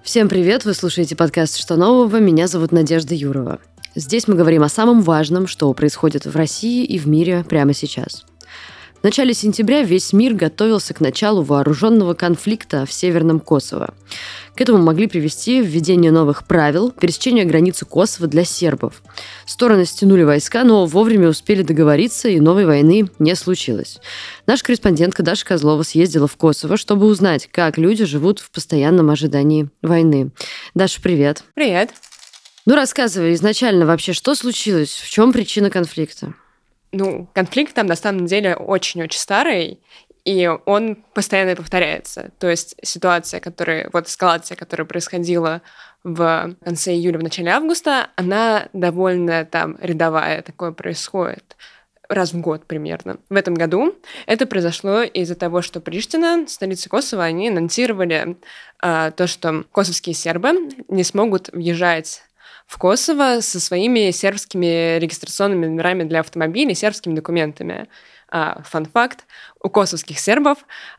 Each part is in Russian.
Всем привет! Вы слушаете подкаст «Что нового?». Меня зовут Надежда Юрова. Здесь мы говорим о самом важном, что происходит в России и в мире прямо сейчас. В начале сентября весь мир готовился к началу вооруженного конфликта в Северном Косово. К этому могли привести введение новых правил, пересечение границы Косово для сербов. Стороны стянули войска, но вовремя успели договориться, и новой войны не случилось. Наша корреспондентка Даша Козлова съездила в Косово, чтобы узнать, как люди живут в постоянном ожидании войны. Даша, привет. Привет. Рассказывай изначально вообще, что случилось, в чем причина конфликта? Конфликт там на самом деле очень-очень старый, и он постоянно повторяется. То есть ситуация, эскалация, которая происходила в конце июля, в начале августа, она довольно рядовая, такое происходит раз в год примерно. В этом году это произошло из-за того, что Приштина, столица Косово, они анонсировали то, что косовские сербы не смогут въезжать в Косово со своими сербскими регистрационными номерами для автомобилей, сербскими документами. Фан-факт, у косовских сербов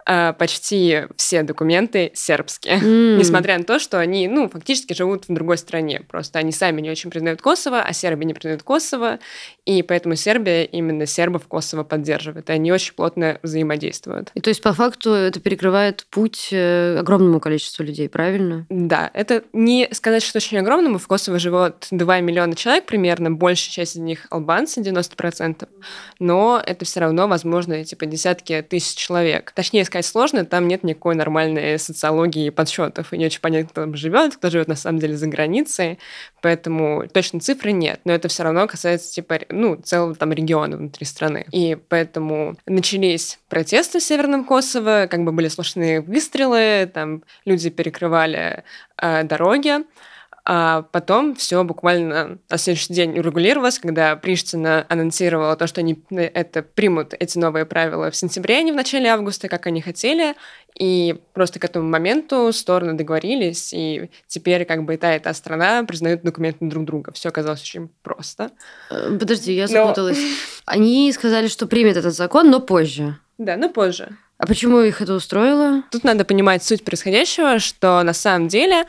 почти все документы сербские, несмотря на то, что они, фактически живут в другой стране. Просто они сами не очень признают Косово, а сербы не признают Косово, и поэтому Сербия именно сербов Косово поддерживает, и они очень плотно взаимодействуют. И то есть, по факту, это перекрывает путь огромному количеству людей, правильно? Да, это не сказать, что очень огромному. В Косово живет 2 миллиона человек примерно, большая часть из них албанцы, 90%, но это все равно, возможно, десятки тысяч человек. Точнее сказать сложно, там нет никакой нормальной социологии и подсчетов, и не очень понятно, кто там живет, кто живет на самом деле за границей, поэтому точной цифры нет, но это все равно касается целого региона внутри страны. И поэтому начались протесты в Северном Косово, были слышны выстрелы, там люди перекрывали дороги. А потом все буквально на следующий день урегулировалось, когда Приштина анонсировала то, что они примут эти новые правила в сентябре, а не в начале августа, как они хотели. И просто к этому моменту стороны договорились, и теперь и та страна признают документы друг друга. Все оказалось очень просто. Подожди, я запуталась. Они сказали, что примет этот закон, но позже. Да, но позже. А почему их это устроило? Тут надо понимать суть происходящего, что на самом деле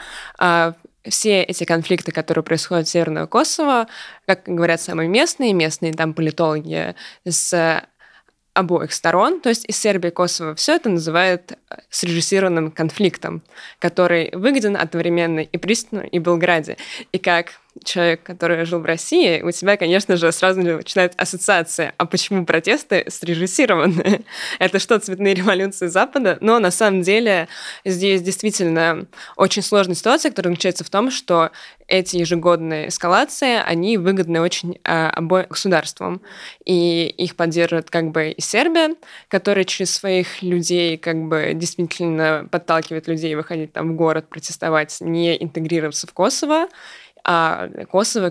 все эти конфликты, которые происходят в Северном Косово, как говорят самые местные там политологи с обоих сторон, то есть из Сербии и Косово, все это называют срежиссированным конфликтом, который выгоден одновременно и Приштине, и Белграде. И как человек, который жил в России, у тебя, конечно же, сразу начинает ассоциация. А почему протесты срежиссированы? Это что, цветные революции Запада? Но на самом деле здесь действительно очень сложная ситуация, которая заключается в том, что эти ежегодные эскалации, они выгодны очень обоим государствам. И их поддерживает и Сербия, которая через своих людей действительно подталкивает людей выходить в город, протестовать, не интегрироваться в Косово. А Косово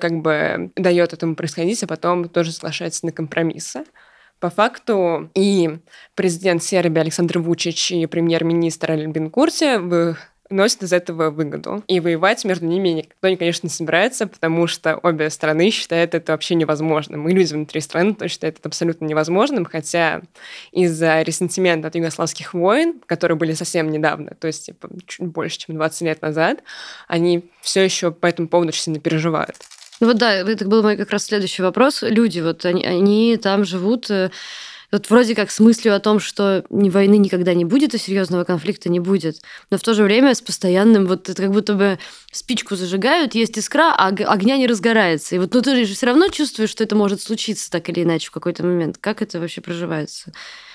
дает этому происходить, а потом тоже соглашается на компромиссы. По факту и президент Сербии Александр Вучич, и премьер-министр Альбин Курти носят из этого выгоду. И воевать между ними никто, конечно, не собирается, потому что обе страны считают это вообще невозможным. И люди внутри страны тоже считают это абсолютно невозможным, хотя из-за ресентимента от югославских войн, которые были совсем недавно, то есть чуть больше, чем 20 лет назад, они все еще по этому поводу очень сильно переживают. Это был мой как раз следующий вопрос. Люди, они там живут вроде как с мыслью о том, что войны никогда не будет, и серьезного конфликта не будет. Но в то же время с постоянным, это как будто бы спичку зажигают, есть искра, а огня не разгорается. И ты же все равно чувствуешь, что это может случиться так или иначе в какой-то момент. Как это вообще проживается?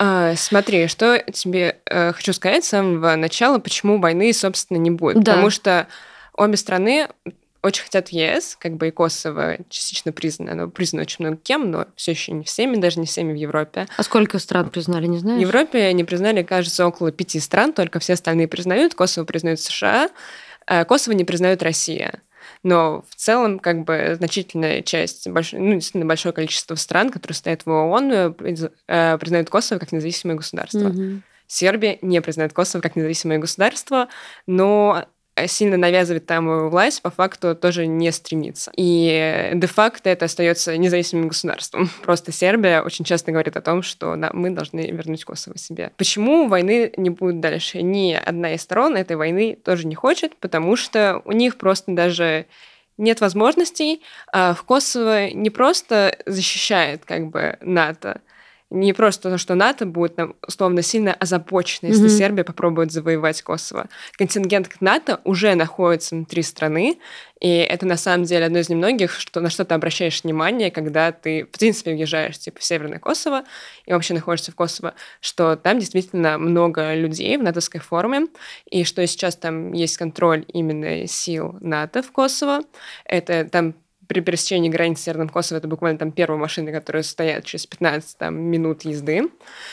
Смотри, что тебе хочу сказать с самого начала, почему войны, собственно, не будет. Да. Потому что обе страны очень хотят в ЕС, и Косово частично признано. Оно признано очень много кем, но все еще не всеми, даже не всеми в Европе. А сколько стран признали, не знаешь? В Европе не признали, кажется, около 5 стран, только все остальные признают. Косово признают США, Косово не признают Россия. Но в целом, значительная часть, действительно большое количество стран, которые стоят в ООН, признают Косово как независимое государство. Угу. Сербия не признает Косово как независимое государство, но сильно навязывать там власть, по факту тоже не стремится. И де-факто это остается независимым государством. Просто Сербия очень часто говорит о том, что да, мы должны вернуть Косово себе. Почему войны не будет дальше? Ни одна из сторон этой войны тоже не хочет, потому что у них просто даже нет возможностей. В Косово не просто защищает как бы НАТО, не просто то, что НАТО будет там, условно сильно озабочено, если Сербия попробует завоевать Косово. Контингент НАТО уже находится внутри страны, и это на самом деле одно из немногих, на что ты обращаешь внимание, когда ты, в принципе, въезжаешь типа, в Северное Косово и вообще находишься в Косово, что там действительно много людей в натовской форме, и что сейчас там есть контроль именно сил НАТО в Косово. Это там при пересечении границы с Северным Косово это буквально там первые машины, которые стоят через 15 минут езды.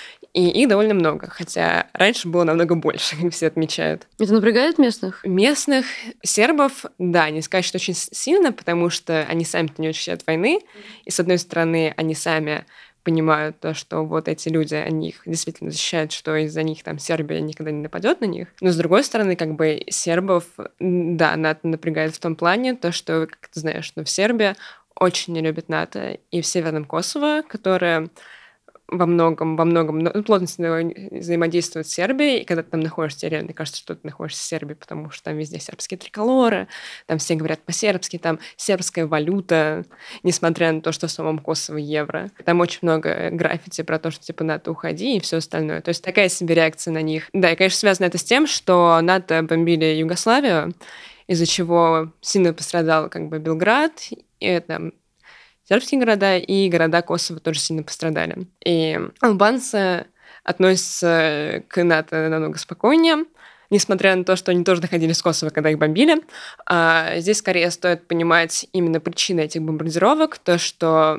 И их довольно много, хотя раньше было намного больше, как все отмечают. Это напрягает местных? Местных сербов, да, не сказать, что очень сильно, потому что они сами-то не очень хотят войны. И, с одной стороны, они сами понимают то, что вот эти люди, они их действительно защищают, что из-за них там Сербия никогда не нападет на них. Но с другой стороны, как бы сербов, да, НАТО напрягает в том плане, то, что, как ты знаешь, что в Сербии очень не любят НАТО, и в Северном Косово, которое во многом плотно взаимодействует с Сербией, и когда ты там находишься, реально кажется, что ты находишься в Сербии, потому что там везде сербские триколоры, там все говорят по-сербски, там сербская валюта, несмотря на то, что в самом Косово евро. Там очень много граффити про то, что типа НАТО уходи и все остальное. То есть такая себе реакция на них. Да, и, конечно, связано это с тем, что НАТО бомбили Югославию, из-за чего сильно пострадал как бы Белград, и там сербские города и города Косово тоже сильно пострадали. И албанцы относятся к НАТО намного спокойнее, несмотря на то, что они тоже находились в Косово, когда их бомбили. Здесь скорее стоит понимать именно причины этих бомбардировок, то, что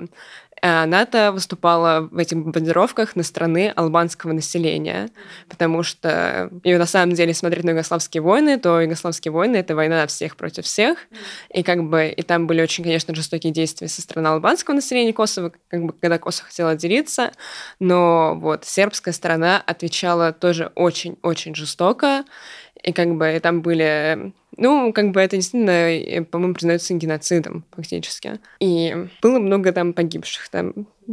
НАТО выступала в этих бомбардировках на стороны албанского населения, потому что и на самом деле смотреть на югославские войны, то югославские войны — это война всех против всех, и как бы и там были очень, конечно, жестокие действия со стороны албанского населения Косово, как бы когда Косово хотело отделиться, но вот сербская сторона отвечала тоже очень-очень жестоко, и как бы и там были... Ну, как бы это действительно, по-моему, признается геноцидом фактически. И было много там погибших. Там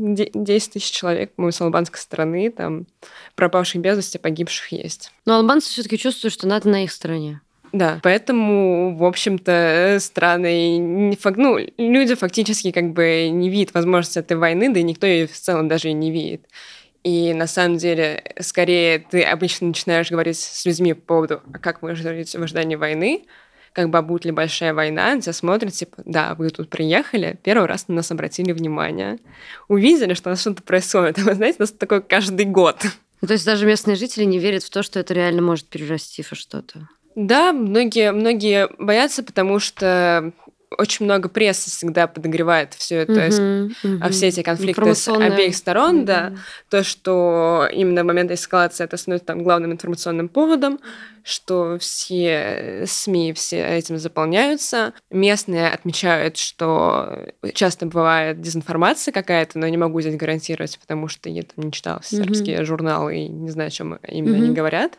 10 тысяч человек, по-моему, с албанской стороны, там пропавших без вести, погибших есть. Но албанцы все-таки чувствуют, что НАТО на их стороне. Да, поэтому, в общем-то, страны, люди фактически как бы не видят возможности этой войны, да и никто ее в целом даже и не видит. И на самом деле, скорее, ты обычно начинаешь говорить с людьми по поводу, а как вы живете в ожидании войны, как бы, а будет ли большая война, тебя смотрят, типа, да, вы тут приехали, первый раз на нас обратили внимание, увидели, что у нас что-то происходит. А вы знаете, у нас такое каждый год. Ну, то есть даже местные жители не верят в то, что это реально может перерасти во что-то. Да, многие боятся, потому что очень много прессы всегда подогревает все это, все эти конфликты с обеих сторон, да, то, что именно в момент эскалации это становится там главным информационным поводом, что все СМИ все этим заполняются. Местные отмечают, что часто бывает дезинформация какая-то, но я не могу здесь гарантировать, потому что я там не читала сербские журналы и не знаю, о чем именно они говорят.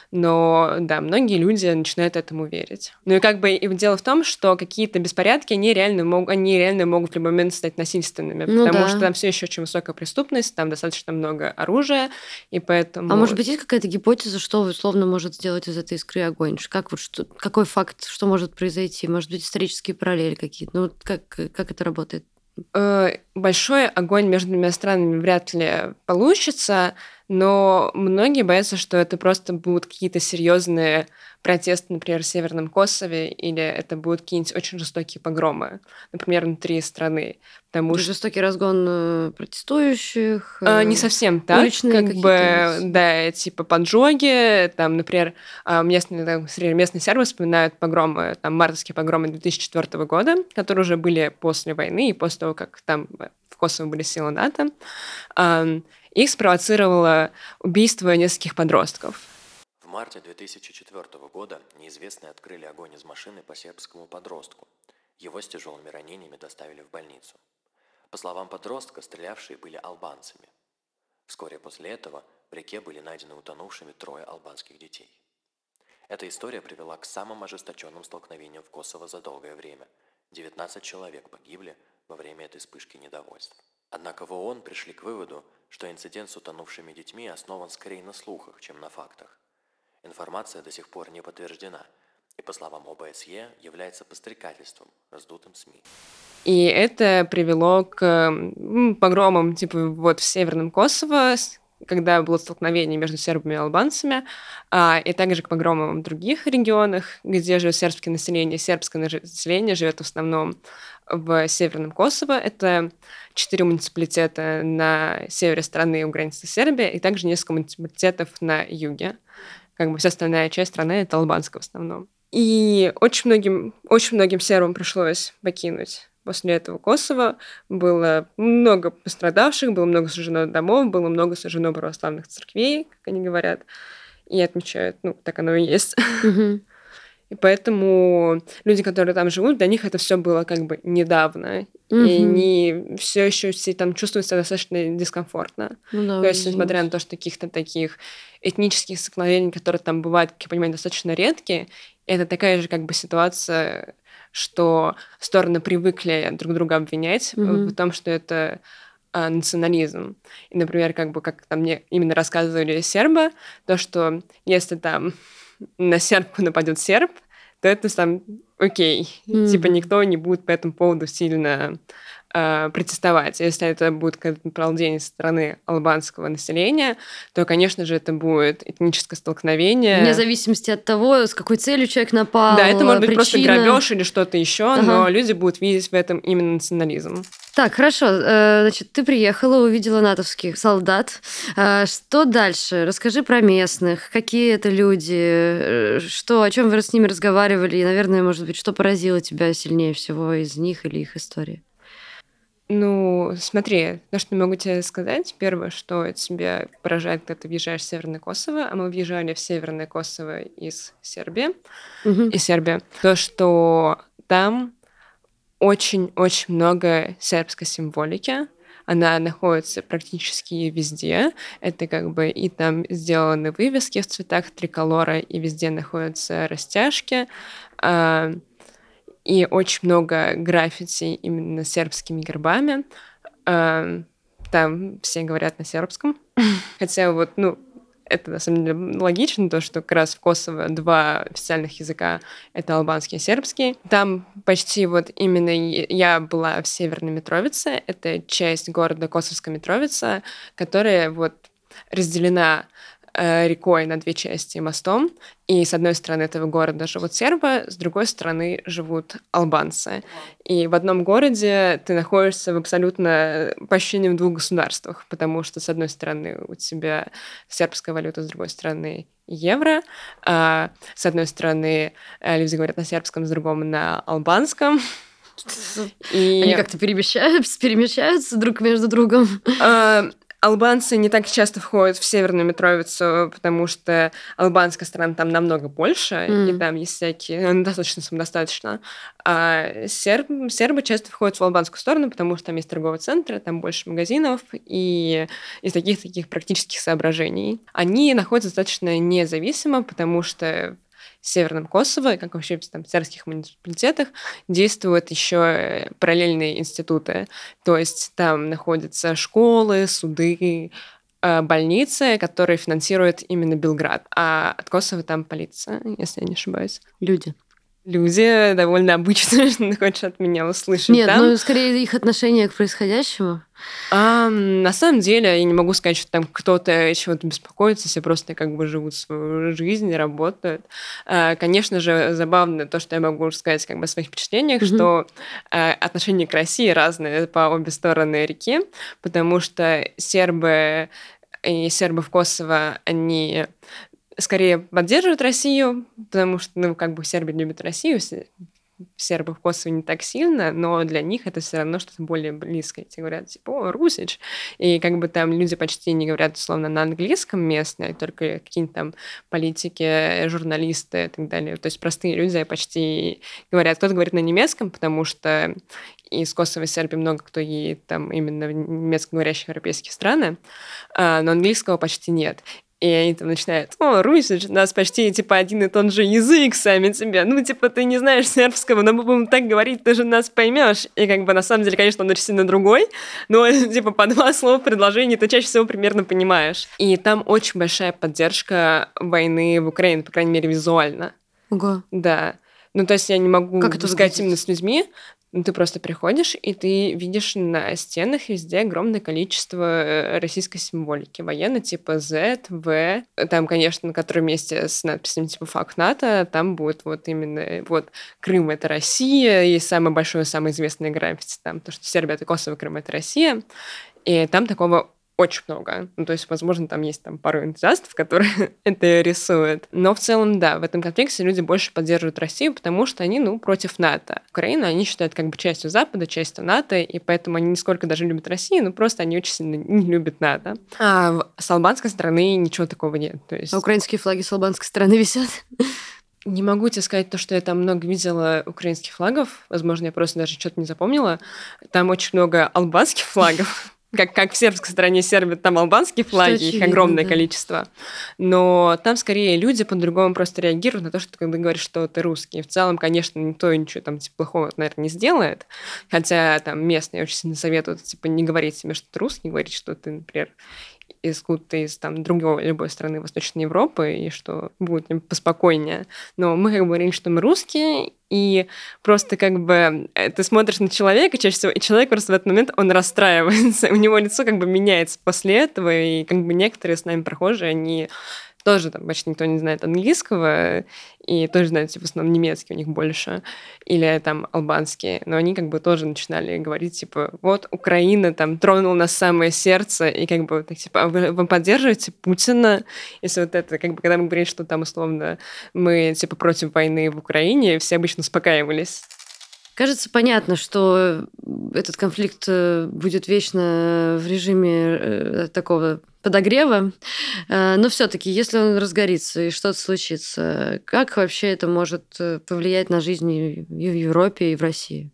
Но да, многие люди начинают этому верить. Ну и как бы и дело в том, что какие-то беспорядки, они реально могут в любой момент стать насильственными, потому что там все еще очень высокая преступность, там достаточно много оружия, и поэтому... А может быть, есть какая-то гипотеза, что условно может сделать из этой искры огонь? Какой факт, что может произойти? Может быть, исторические параллели какие-то? Ну, как это работает? Большой огонь между двумя странами вряд ли получится, но многие боятся, что это просто будут какие-то серьезные протесты, например, в Северном Косове, или это будут какие-нибудь очень жестокие погромы, например, внутри страны. Жестокий разгон протестующих? Не совсем так. Уличные какие-то. Да, типа поджоги. Там, например, местные сербы вспоминают погромы, там, мартовские погромы 2004 года, которые уже были после войны и после того, как там в Косово были силы НАТО. Их спровоцировало убийство нескольких подростков. В марте 2004 года неизвестные открыли огонь из машины по сербскому подростку. Его с тяжелыми ранениями доставили в больницу. По словам подростка, стрелявшие были албанцами. Вскоре после этого в реке были найдены утонувшими 3 албанских детей. Эта история привела к самым ожесточенным столкновениям в Косово за долгое время. 19 человек погибли во время этой вспышки недовольств. Однако в ООН пришли к выводу, что инцидент с утонувшими детьми основан скорее на слухах, чем на фактах. Информация до сих пор не подтверждена, и, по словам ОБСЕ, является подстрекательством, раздутым СМИ. И это привело к погромам в Северном Косово, когда было столкновение между сербами и албанцами, и также к погромам в других регионах, где живет сербское население. Сербское население живет в основном в Северном Косово. Это 4 муниципалитета на севере страны у границы с Сербией, и также несколько муниципалитетов на юге. Вся остальная часть страны — это албанская в основном. И очень многим сербам пришлось покинуть после этого Косово. Было много пострадавших, было много сожжено домов, было много сожжено православных церквей, как они говорят, и отмечают, так оно и есть. И поэтому люди, которые там живут, для них это все было недавно. И они все еще там чувствуют себя достаточно дискомфортно. То есть, несмотря на то, что каких-то таких этнических столкновений, которые там бывают, как я понимаю, достаточно редкие, это такая же ситуация, что стороны привыкли друг друга обвинять в том, что это национализм. И, например, как там мне именно рассказывали сербы, то, что если там на сербку нападет серб, то это там окей. Никто не будет по этому поводу сильно протестовать. Если это будет какое-то нападение со стороны албанского населения, то, конечно же, это будет этническое столкновение. Вне зависимости от того, с какой целью человек напал. Да, это может быть просто грабеж или что-то еще, но люди будут видеть в этом именно национализм. Так, хорошо. Значит, ты приехала, увидела натовских солдат. Что дальше? Расскажи про местных. Какие это люди? О чем вы с ними разговаривали? И, наверное, может быть, что поразило тебя сильнее всего из них или их истории? Смотри, то, что могу тебе сказать, первое, что тебя поражает, когда ты въезжаешь в Северное Косово, а мы въезжали в Северное Косово из Сербии, то, что там очень-очень много сербской символики. Она находится практически везде. Это и там сделаны вывески в цветах триколора, и везде находятся растяжки. И очень много граффити именно сербскими гербами. Там все говорят на сербском. Хотя это на самом деле логично, то, что как раз в Косово 2 официальных языка — это албанский и сербский. Там почти именно я была в Северной Митровице. Это часть города Косовская Митровица, которая разделена рекой на 2 части мостом. И с одной стороны этого города живут сербы, с другой стороны живут албанцы. И в одном городе ты находишься абсолютно по ощущениям в 2 государствах, потому что с одной стороны у тебя сербская валюта, с другой стороны евро. С одной стороны люди говорят на сербском, с другой на албанском. Они как-то перемещаются друг между другом? Албанцы не так часто входят в Северную Митровицу, потому что албанская сторона там намного больше, и там есть всякие... достаточно самодостаточно. А сербы часто входят в албанскую сторону, потому что там есть торговые центры, там больше магазинов, и из таких практических соображений. Они находятся достаточно независимо, потому что в Северном Косово, как вообще в сербских муниципалитетах, действуют еще параллельные институты. То есть там находятся школы, суды, больницы, которые финансирует именно Белград. А от Косово там полиция, если я не ошибаюсь. Люди довольно обычные, что ты хочешь от меня услышать. Нет, скорее их отношение к происходящему. На самом деле, я не могу сказать, что там кто-то чего-то беспокоится, все просто живут свою жизнь, работают. Конечно же, забавно то, что я могу сказать о своих впечатлениях, что отношение к России разные по обе стороны реки, потому что сербы в Косово, они скорее поддерживают Россию, потому что, Сербия любит Россию, сербы в Косово не так сильно, но для них это все равно что-то более близкое. Те говорят, о, русич. И там люди почти не говорят, условно, на английском местные, только какие-то там политики, журналисты и так далее. То есть простые люди почти говорят. Кто-то говорит на немецком, потому что из Косово и Сербии много кто едет там именно в немецкоговорящие европейские страны, но английского почти нет. И они там начинают: о, Русь, у нас почти, типа, один и тот же язык сами тебе. Ну, типа, ты не знаешь сербского, но мы будем так говорить, ты же нас поймешь. И как бы на самом деле, конечно, он очень сильно другой, но, типа, по 2 слова в предложении ты чаще всего примерно понимаешь. И там очень большая поддержка войны в Украине, по крайней мере, визуально. Ого. Да. Ну, то есть я не могу Как это сказать выглядит? именно с людьми. Ну, ты просто приходишь, и ты видишь на стенах везде огромное количество российской символики. Военной, типа Z, V. Там, конечно, на котором месте с надписями типа «Фак НАТО», там будет вот именно вот Крым — это Россия, и самое большое, самое известное граффити там, то, что Сербия — это Косово, Крым — это Россия. И там такого очень много. Ну, то есть, возможно, там есть пару энтузиастов, которые это рисуют. Но в целом, да, в этом конфликте люди больше поддерживают Россию, потому что они, против НАТО. Украину они считают как бы частью Запада, частью НАТО, и поэтому они не сколько даже любят Россию, но просто они очень сильно не любят НАТО. А с албанской стороны ничего такого нет. То есть... А украинские флаги с албанской стороны висят? Не могу тебе сказать то, что я там много видела украинских флагов. Возможно, я просто даже что-то не запомнила. Там очень много албанских флагов. Как в сербской стороне Сербии, там албанские флаги, очевидно, их огромное да. количество. Но там скорее люди по-другому просто реагируют на то, что ты говоришь, что ты русский. В целом, конечно, никто ничего там типа плохого, наверное, не сделает. Хотя там местные очень сильно советуют типа не говорить себе, что ты русский, говорить, что ты, например, откуда-то из там другой любой страны Восточной Европы, и что будет поспокойнее. Но мы как бы говорим, что мы русские, и просто как бы ты смотришь на человека чаще всего, и человек просто в этот момент, он расстраивается, у него лицо как бы меняется после этого, и как бы некоторые с нами прохожие, они тоже там почти никто не знает английского, и тоже знают, типа, в основном немецкий у них больше, или там албанский, но они как бы тоже начинали говорить, типа, вот Украина там тронула нас в самое сердце, и как бы так, типа, а вы поддерживаете Путина? Если вот это, как бы, когда мы говорим, что там, условно, мы, типа, против войны в Украине, все обычно успокаивались. Кажется, понятно, что этот конфликт будет вечно в режиме такого подогрева, но все-таки, если он разгорится и что-то случится, как вообще это может повлиять на жизнь и в Европе, и в России?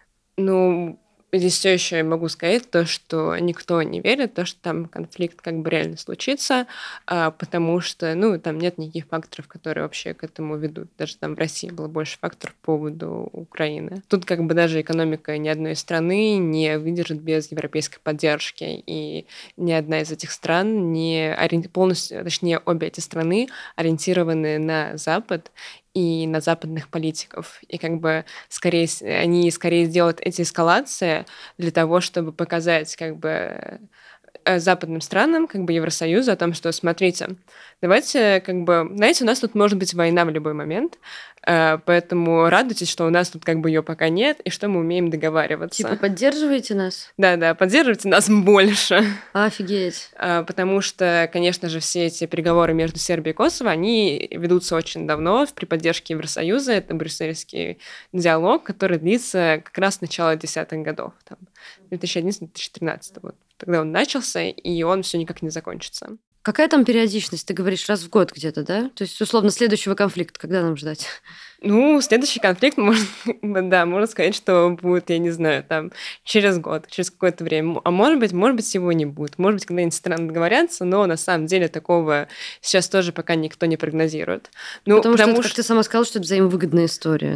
Ну, здесь все еще я могу сказать то, что никто не верит, то, что там конфликт как бы реально случится, потому что, там нет никаких факторов, которые вообще к этому ведут. Даже там в России было больше факторов по поводу Украины. Тут как бы даже экономика ни одной страны не выдержит без европейской поддержки, и ни одна из этих стран не полностью, точнее, обе эти страны ориентированы на Запад и на западных политиков. И как бы они скорее сделают эти эскалации для того, чтобы показать как бы западным странам, как бы Евросоюзу, о том, что, смотрите, давайте, как бы, знаете, у нас тут может быть война в любой момент, поэтому радуйтесь, что у нас тут как бы ее пока нет, и что мы умеем договариваться. Типа, поддерживаете нас? Да, поддерживайте нас больше. Офигеть. Потому что, конечно же, все эти переговоры между Сербией и Косово, они ведутся очень давно при поддержке Евросоюза. Это брюссельский диалог, который длится как раз с начала 10-х годов, там, 2011-2013. Вот. Тогда он начался, и он все никак не закончится. Какая там периодичность? Ты говоришь, раз в год где-то, да? То есть, условно, следующего конфликта, когда нам ждать? Следующий конфликт, можно сказать, что будет, я не знаю, там, через год, через какое-то время. А может быть, его не будет. Может быть, когда-нибудь страны договорятся, но на самом деле такого сейчас тоже пока никто не прогнозирует. Потому что, как ты сама сказала, что это взаимовыгодная история.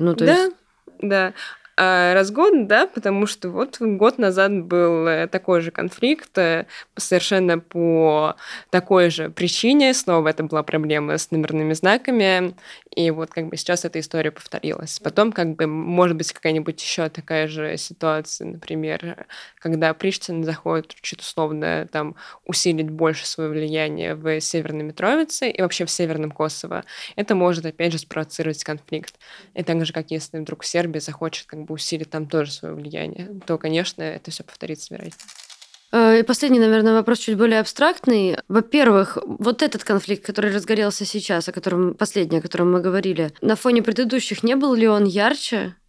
Да. Раз в год, да, потому что вот год назад был такой же конфликт, совершенно по такой же причине. Снова это была проблема с номерными знаками, и вот как бы сейчас эта история повторилась. Потом как бы может быть какая-нибудь еще такая же ситуация, например, когда Приштина хочет условно там усилить больше свое влияние в Северной Митровице и вообще в Северном Косово. Это может опять же спровоцировать конфликт. И так же, как если вдруг Сербия захочет как бы усилить там тоже свое влияние, то, конечно, это все повторится, вероятно. И последний, наверное, вопрос чуть более абстрактный. Во-первых, вот этот конфликт, который разгорелся сейчас, последний, о котором мы говорили, на фоне предыдущих не был ли он ярче?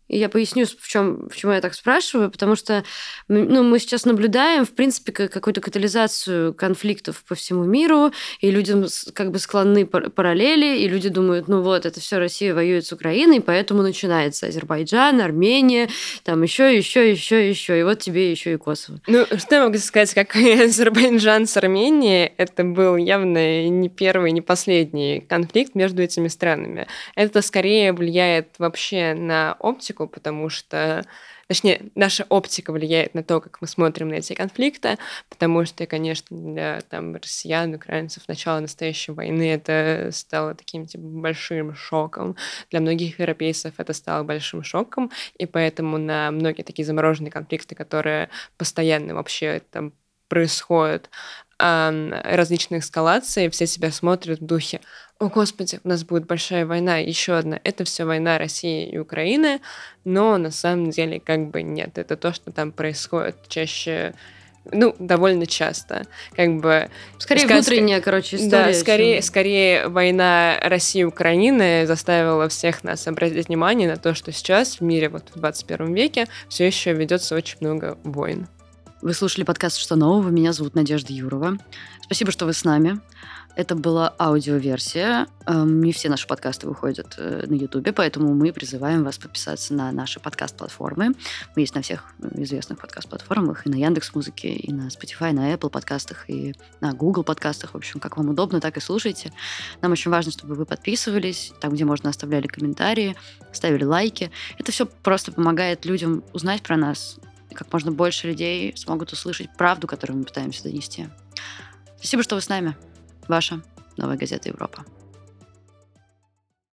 И я поясню, почему я так спрашиваю, потому что мы сейчас наблюдаем, в принципе, какую-то катализацию конфликтов по всему миру, и людям как бы склонны параллели, и люди думают, это все Россия воюет с Украиной, поэтому начинается Азербайджан, Армения, там еще, и вот тебе еще и Косово. Что я могу сказать, как Азербайджан с Арменией, это был явно не первый, не последний конфликт между этими странами. Это скорее влияет вообще на оптику, потому что, точнее, наша оптика влияет на то, как мы смотрим на эти конфликты, потому что, конечно, для россиян, украинцев начало настоящей войны это стало таким большим шоком. Для многих европейцев это стало большим шоком, и поэтому на многие такие замороженные конфликты, которые постоянно вообще там происходят, различных эскалаций, все себя смотрят в духе: «О, Господи, у нас будет большая война, еще одна». Это все война России и Украины, но на самом деле как бы нет. Это то, что там происходит чаще, довольно часто. Скорее внутренняя, история. Да, скорее война России и Украины заставила всех нас обратить внимание на то, что сейчас в мире, в 21 веке, все еще ведется очень много войн. Вы слушали подкаст «Что нового?». Меня зовут Надежда Юрова. Спасибо, что вы с нами. Это была аудиоверсия. Не все наши подкасты выходят на Ютубе, поэтому мы призываем вас подписаться на наши подкаст-платформы. Мы есть на всех известных подкаст-платформах, и на Яндекс.Музыке, и на Spotify, на Apple подкастах, и на Google подкастах. В общем, как вам удобно, так и слушайте. Нам очень важно, чтобы вы подписывались, там, где можно, оставляли комментарии, ставили лайки. Это все просто помогает людям узнать про нас, и как можно больше людей смогут услышать правду, которую мы пытаемся донести. Спасибо, что вы с нами. Ваша Новая газета Европа.